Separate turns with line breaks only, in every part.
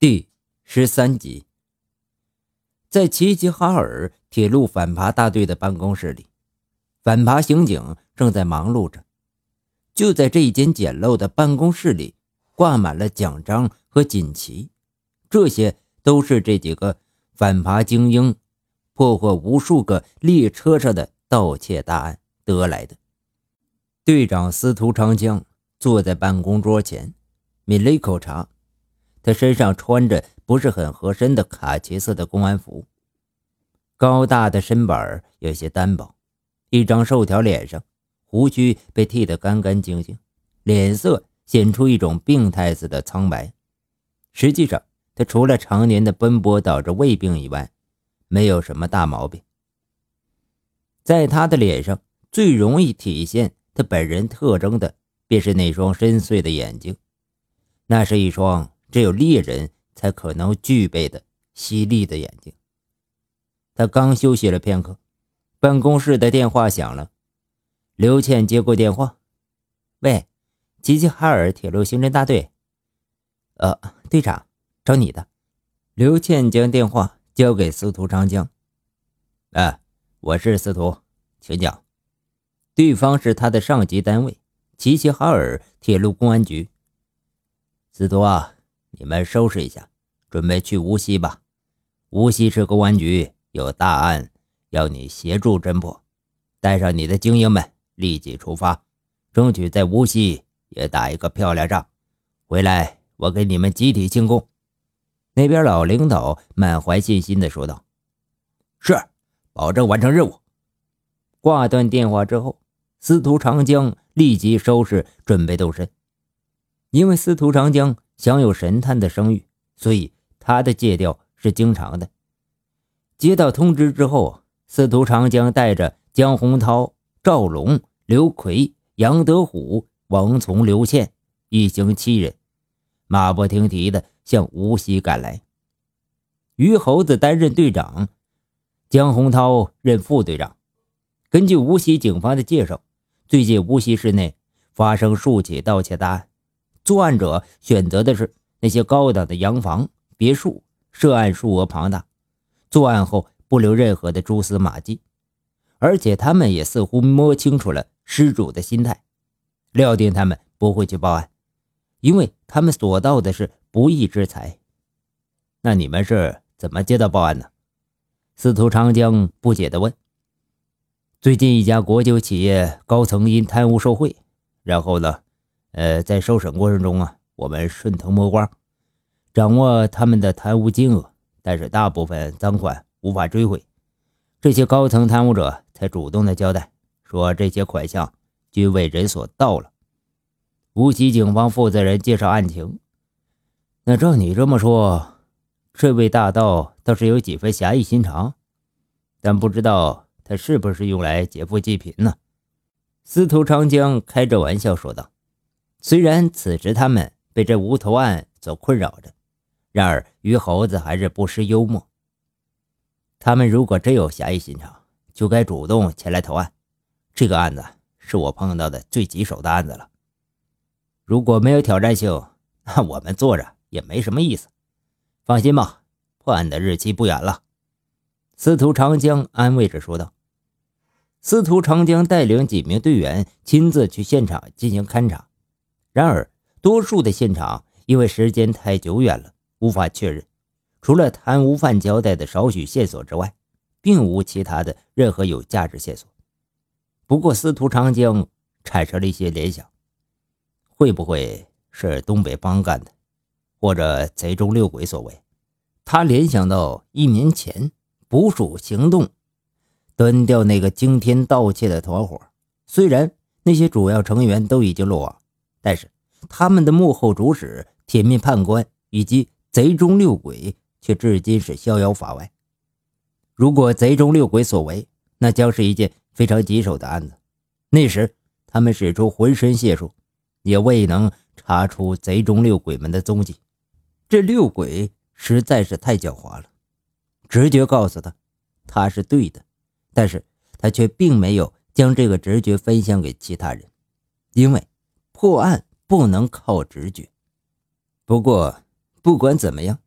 第13集。在齐齐哈尔铁路反扒大队的办公室里，反扒刑警正在忙碌着。就在这一间简陋的办公室里，挂满了奖章和锦旗，这些都是这几个反扒精英破获无数个列车上的盗窃大案得来的。队长司徒长江坐在办公桌前，抿了一口茶。他身上穿着不是很合身的卡其色的公安服，高大的身板有些单薄，一张瘦条脸上胡须被剃得干干净净，脸色显出一种病态似的苍白。实际上他除了常年的奔波导致胃病以外，没有什么大毛病。在他的脸上最容易体现他本人特征的便是那双深邃的眼睛，那是一双只有猎人才可能具备的犀利的眼睛。他刚休息了片刻，办公室的电话响了。刘倩接过电话：“喂，齐齐哈尔铁路刑侦大队。队长，找你的。”刘倩将电话交给司徒长江：“我是司徒，请讲。”对方是他的上级单位，齐齐哈尔铁路公安局。司徒啊，你们收拾一下，准备去无锡吧。无锡市公安局有大案要你协助侦破，带上你的精英们立即出发，争取在无锡也打一个漂亮仗，回来我给你们集体庆功。那边老领导满怀信心地说道：“是，保证完成任务。”挂断电话之后，司徒长江立即收拾准备动身。因为司徒长江享有神探的声誉，所以他的借调是经常的。接到通知之后，司徒长江带着江洪涛、赵龙、刘奎、杨德虎、王从、刘倩一行7人，马不停蹄地向无锡赶来。于猴子担任队长，江洪涛任副队长。根据无锡警方的介绍，最近无锡市内发生数起盗窃大案，作案者选择的是那些高档的洋房、别墅，涉案数额庞大，作案后不留任何的蛛丝马迹，而且他们也似乎摸清楚了失主的心态，料定他们不会去报案，因为他们所盗的是不义之财。那你们是怎么接到报案的？司徒长江不解地问。最近一家国有企业高层因贪污受贿，然后呢在受审过程中我们顺藤摸瓜，掌握他们的贪污金额，但是大部分赃款无法追回。这些高层贪污者才主动的交代，说这些款项均为人所盗了。无锡警方负责人介绍案情：“那照你这么说，这位大盗倒是有几分侠义心肠，但不知道他是不是用来劫富济贫呢？”司徒长江开着玩笑说道。虽然此时他们被这无头案所困扰着，然而于猴子还是不失幽默。他们如果真有侠义心肠，就该主动前来投案。这个案子是我碰到的最棘手的案子了。如果没有挑战性，那我们做着也没什么意思。放心吧，破案的日期不远了。司徒长江安慰着说道。司徒长江带领几名队员亲自去现场进行勘查，然而多数的现场因为时间太久远了，无法确认，除了贪污犯交代的少许线索之外，并无其他的任何有价值线索。不过司徒长江产生了一些联想，会不会是东北帮干的，或者贼中六鬼所为？他联想到1年前捕鼠行动端掉那个惊天盗窃的团伙，虽然那些主要成员都已经落网，但是他们的幕后主使、铁面判官以及贼中六鬼却至今是逍遥法外。如果贼中六鬼所为，那将是一件非常棘手的案子。那时他们使出浑身解数，也未能查出贼中六鬼们的踪迹。这六鬼实在是太狡猾了，直觉告诉他是对的，但是他却并没有将这个直觉分享给其他人，因为破案不能靠直觉。不过不管怎么样，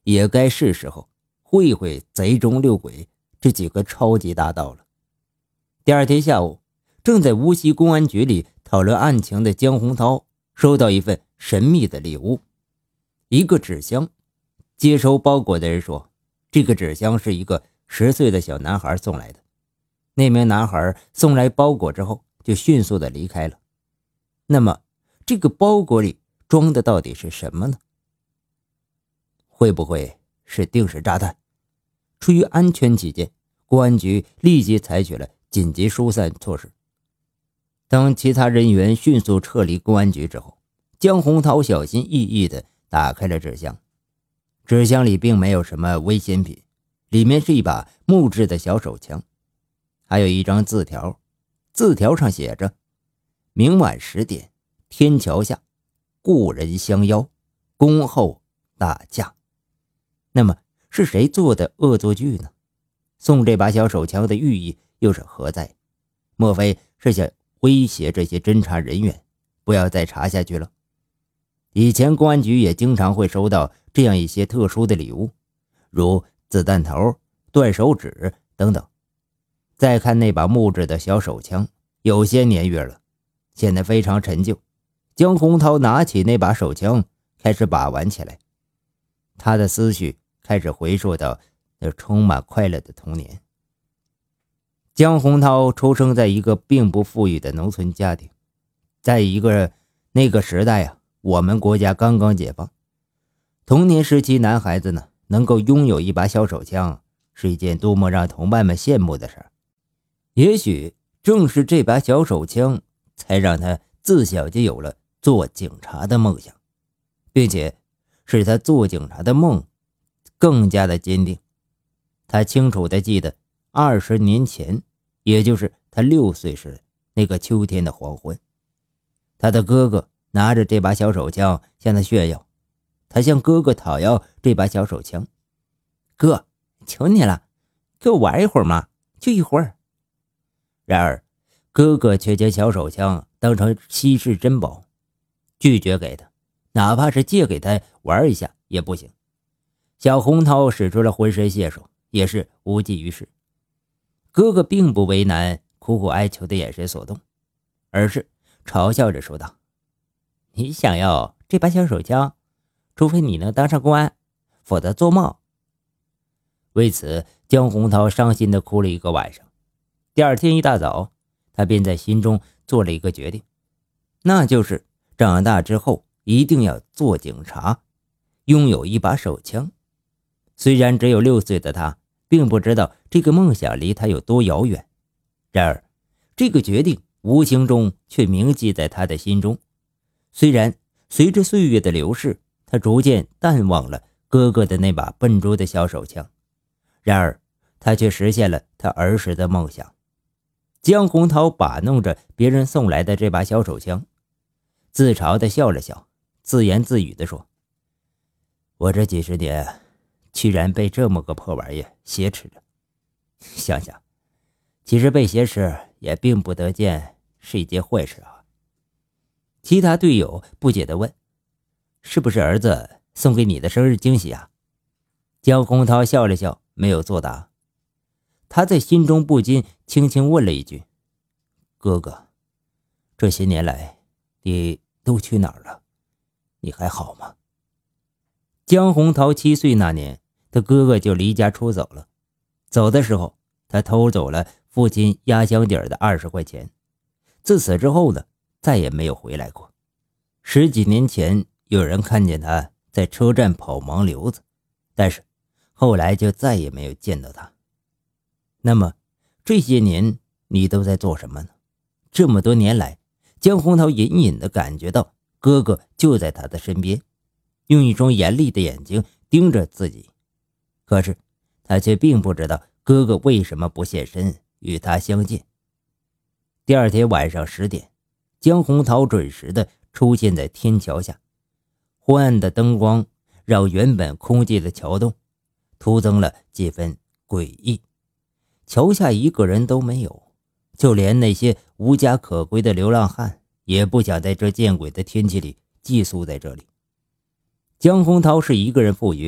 也该是时候会会贼中六鬼这几个超级大盗了。第二天下午，正在无锡公安局里讨论案情的江洪涛收到一份神秘的礼物，一个纸箱。接收包裹的人说，这个纸箱是一个10岁的小男孩送来的。那名男孩送来包裹之后就迅速的离开了。那么这个包裹里装的到底是什么呢？会不会是定时炸弹？出于安全起见，公安局立即采取了紧急疏散措施。当其他人员迅速撤离公安局之后，江洪涛小心翼翼地打开了纸箱。纸箱里并没有什么危险品，里面是一把木质的小手枪，还有一张字条，字条上写着：明晚10点，天桥下，故人相邀，恭候大驾。那么是谁做的恶作剧呢？送这把小手枪的寓意又是何在？莫非是想威胁这些侦查人员不要再查下去了？以前公安局也经常会收到这样一些特殊的礼物，如子弹头、断手指等等。再看那把木质的小手枪，有些年月了，显得非常陈旧。江洪涛拿起那把手枪开始把玩起来，他的思绪开始回溯到那充满快乐的童年。江洪涛出生在一个并不富裕的农村家庭，在那个时代我们国家刚刚解放，童年时期男孩子呢能够拥有一把小手枪，是一件多么让同伴们羡慕的事儿。也许正是这把小手枪才让他自小就有了做警察的梦想，并且使他做警察的梦更加的坚定。他清楚地记得20年前，也就是他6岁时那个秋天的黄昏，他的哥哥拿着这把小手枪向他炫耀，他向哥哥讨要这把小手枪。哥，求你了，给我玩一会儿嘛，就一会儿。然而哥哥却将小手枪当成稀世珍宝，拒绝给他，哪怕是借给他玩一下也不行。小洪涛使出了浑身解数，也是无济于事。哥哥并不为难苦苦哀求的眼神所动，而是嘲笑着说道：你想要这把小手枪，除非你能当上公安，否则做梦。为此，江洪涛伤心地哭了一个晚上。第二天一大早，他便在心中做了一个决定，那就是长大之后一定要做警察，拥有一把手枪。虽然只有6岁的他并不知道这个梦想离他有多遥远，然而这个决定无形中却铭记在他的心中。虽然随着岁月的流逝，他逐渐淡忘了哥哥的那把笨拙的小手枪，然而他却实现了他儿时的梦想。江洪涛把弄着别人送来的这把小手枪，自嘲地笑了笑，自言自语地说：我这几十年居然被这么个破玩意挟持着，想想其实被挟持也并不得见是一件坏事啊。其他队友不解地问：是不是儿子送给你的生日惊喜啊？江洪涛笑了笑，没有作答。他在心中不禁轻轻问了一句：哥哥，这些年来你都去哪儿了？你还好吗？江洪涛7岁那年，他哥哥就离家出走了。走的时候，他偷走了父亲压箱底的20块钱。自此之后呢，再也没有回来过。10几年前，有人看见他在车站跑盲流子，但是后来就再也没有见到他。那么这些年你都在做什么呢？这么多年来，江洪涛隐隐地感觉到哥哥就在他的身边，用一双严厉的眼睛盯着自己。可是他却并不知道哥哥为什么不现身与他相见。第二天晚上10点，江洪涛准时地出现在天桥下。昏暗的灯光让原本空寂的桥洞徒增了几分诡异。桥下一个人都没有，就连那些无家可归的流浪汉也不想在这见鬼的天气里寄宿在这里。江洪涛是一个人赴约，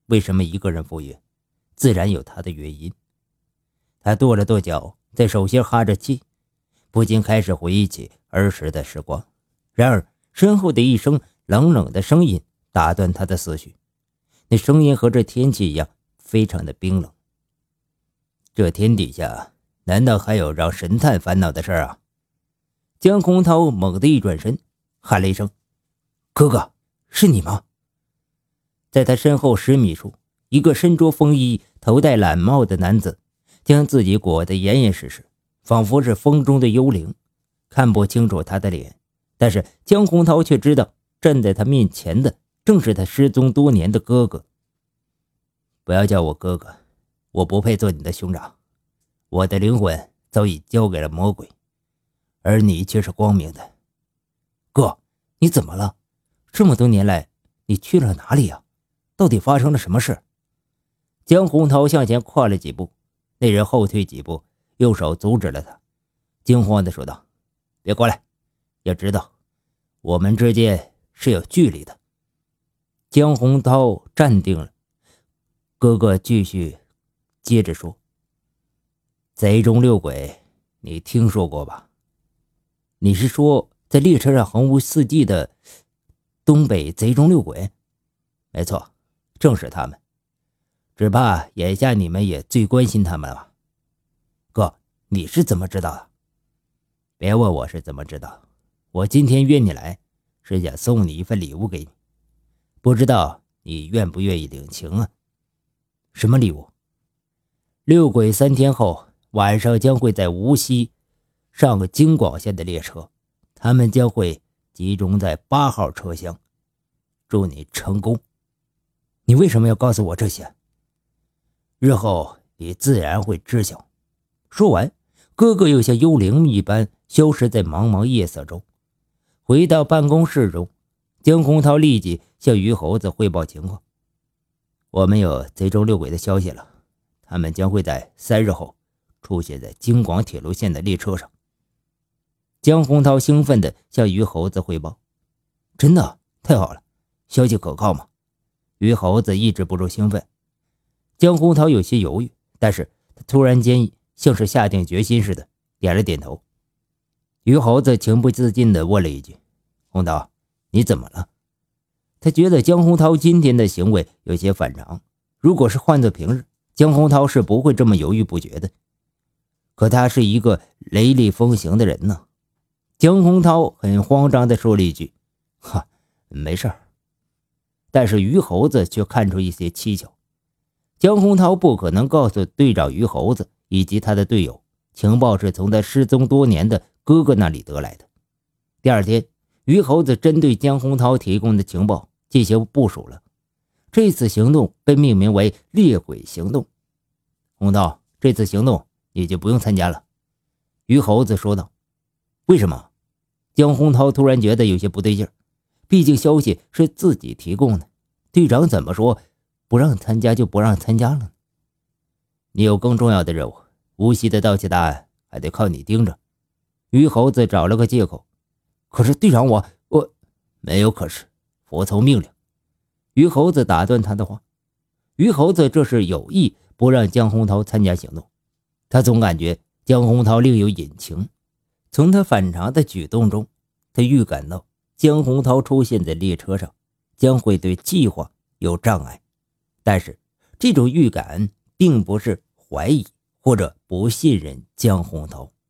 为什么一个人赴约，自然有他的原因。他跺了跺脚，在手心哈着气，不禁开始回忆起儿时的时光。然而身后的一声冷冷的声音打断他的思绪，那声音和这天气一样，非常的冰冷。这天底下难道还有让神探烦恼的事啊？江洪涛猛地一转身，喊了一声：“哥哥，是你吗？”在他身后10米处，一个身着风衣、头戴懒帽的男子将自己裹得严严实实，仿佛是风中的幽灵，看不清楚他的脸。但是江洪涛却知道，站在他面前的正是他失踪多年的哥哥。不要叫我哥哥，我不配做你的兄长。我的灵魂早已交给了魔鬼，而你却是光明的。哥，你怎么了？这么多年来，你去了哪里啊？到底发生了什么事？江洪涛向前跨了几步，那人后退几步，用手阻止了他，惊慌地说道：“别过来，要知道，我们之间是有距离的。”江洪涛站定了，哥哥接着说：“贼中六鬼，你听说过吧？你是说在列车上横无四迹的东北贼中六鬼？没错，正是他们。只怕眼下你们也最关心他们了吧？哥，你是怎么知道的？别问我是怎么知道，我今天约你来，是想送你一份礼物给你，不知道你愿不愿意领情啊？”“什么礼物？”“六鬼3天后晚上将会在无锡上京广线的列车，他们将会集中在8号车厢。祝你成功。”“你为什么要告诉我这些？”“日后你自然会知晓。”说完，哥哥又像幽灵一般消失在茫茫夜色中。回到办公室中，江洪涛立即向于猴子汇报情况：“我们有贼中六鬼的消息了，他们将会在3日后出现在京广铁路线的列车上。”江洪涛兴奋地向于猴子汇报：“真的？太好了，消息可靠吗？”于猴子抑制不住兴奋。江洪涛有些犹豫，但是他突然间像是下定决心似的，点了点头。于猴子情不自禁地问了一句：“洪涛，你怎么了？”他觉得江洪涛今天的行为有些反常，如果是换作平日，江洪涛是不会这么犹豫不决的。可他是一个雷厉风行的人呢。江洪涛很慌张地说了一句：“哈，没事儿。”但是于猴子却看出一些蹊跷。江洪涛不可能告诉队长于猴子以及他的队友，情报是从他失踪多年的哥哥那里得来的。第二天，于猴子针对江洪涛提供的情报进行部署了。这次行动被命名为猎鬼行动。“洪涛，这次行动你就不用参加了。”于猴子说道。“为什么？”江洪涛突然觉得有些不对劲儿，毕竟消息是自己提供的，队长怎么说不让参加就不让参加了？“你有更重要的任务，无锡的盗窃大案还得靠你盯着。”于猴子找了个借口。“可是队长，我没有可是，服从命令。”于猴子打断他的话。于猴子这是有意不让江洪涛参加行动，他总感觉江洪涛另有隐情。从他反常的举动中，他预感到江洪涛出现在列车上将会对计划有障碍，但是这种预感并不是怀疑或者不信任江洪涛。